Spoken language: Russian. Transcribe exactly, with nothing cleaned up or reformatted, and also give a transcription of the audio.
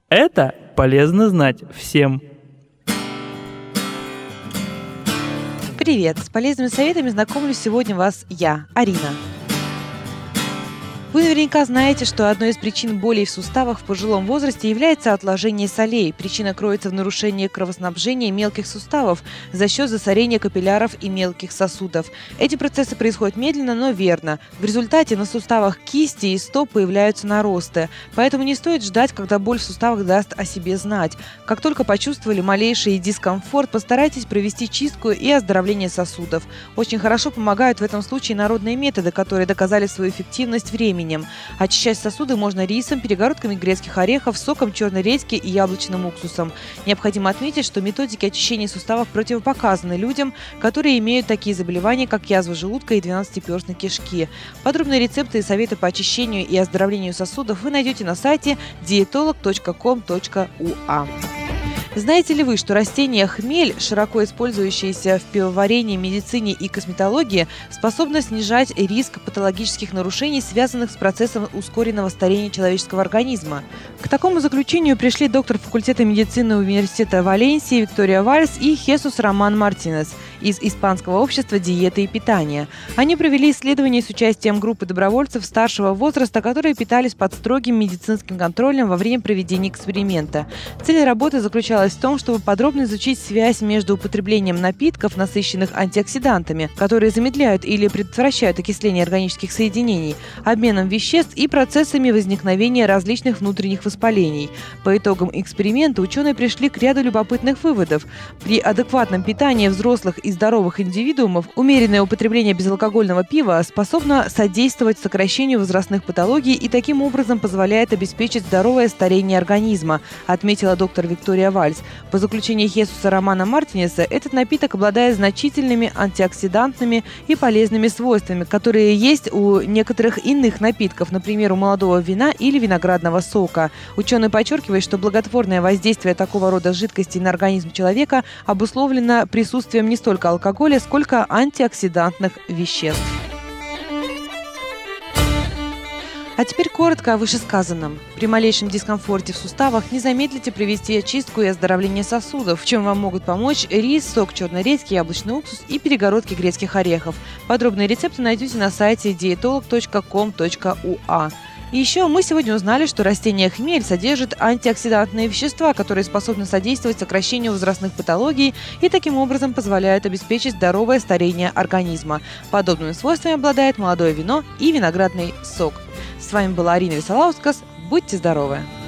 Это полезно знать всем. Привет! С полезными советами знакомлю сегодня вас я, Арина. Вы наверняка знаете, что одной из причин болей в суставах в пожилом возрасте является отложение солей. Причина кроется в нарушении кровоснабжения мелких суставов за счет засорения капилляров и мелких сосудов. Эти процессы происходят медленно, но верно. В результате на суставах кисти и стоп появляются наросты. Поэтому не стоит ждать, когда боль в суставах даст о себе знать. Как только почувствовали малейший дискомфорт, постарайтесь провести чистку и оздоровление сосудов. Очень хорошо помогают в этом случае народные методы, которые доказали свою эффективность временем. Очищать сосуды можно рисом, перегородками грецких орехов, соком черной редьки и яблочным уксусом. Необходимо отметить, что методики очищения суставов противопоказаны людям, которые имеют такие заболевания, как язва желудка и двенадцатиперстной кишки. Подробные рецепты и советы по очищению и оздоровлению сосудов вы найдете на сайте диетолог точка ком точка уа. Знаете ли вы, что растение хмель, широко использующееся в пивоварении, медицине и косметологии, способно снижать риск патологических нарушений, связанных с процессом ускоренного старения человеческого организма? К такому заключению пришли доктор факультета медицины Университета Валенсии Виктория Вальс и Хесус Роман Мартинес из Испанского общества диеты и питания. Они провели исследование с участием группы добровольцев старшего возраста, которые питались под строгим медицинским контролем во время проведения эксперимента. Цель работы заключалась в том, чтобы подробно изучить связь между употреблением напитков, насыщенных антиоксидантами, которые замедляют или предотвращают окисление органических соединений, обменом веществ и процессами возникновения различных внутренних воспалений. По итогам эксперимента ученые пришли к ряду любопытных выводов. При адекватном питании взрослых и здоровых индивидуумов умеренное употребление безалкогольного пива способно содействовать сокращению возрастных патологий и таким образом позволяет обеспечить здоровое старение организма, отметила доктор Виктория Вальс. По заключению Хесуса Романа Мартинеса, этот напиток обладает значительными антиоксидантными и полезными свойствами, которые есть у некоторых иных напитков, например, у молодого вина или виноградного сока. Ученые подчеркивают, что благотворное воздействие такого рода жидкостей на организм человека обусловлено присутствием не столько алкоголя, сколько антиоксидантных веществ. А теперь коротко о вышесказанном. При малейшем дискомфорте в суставах не замедлите провести очистку и оздоровление сосудов, в чем вам могут помочь рис, сок черной редьки, яблочный уксус и перегородки грецких орехов. Подробные рецепты найдете на сайте диетолог точка ком точка уа. И еще мы сегодня узнали, что растение хмель содержит антиоксидантные вещества, которые способны содействовать сокращению возрастных патологий и таким образом позволяют обеспечить здоровое старение организма. Подобными свойствами обладает молодое вино и виноградный сок. С вами была Арина Висолаускас. Будьте здоровы!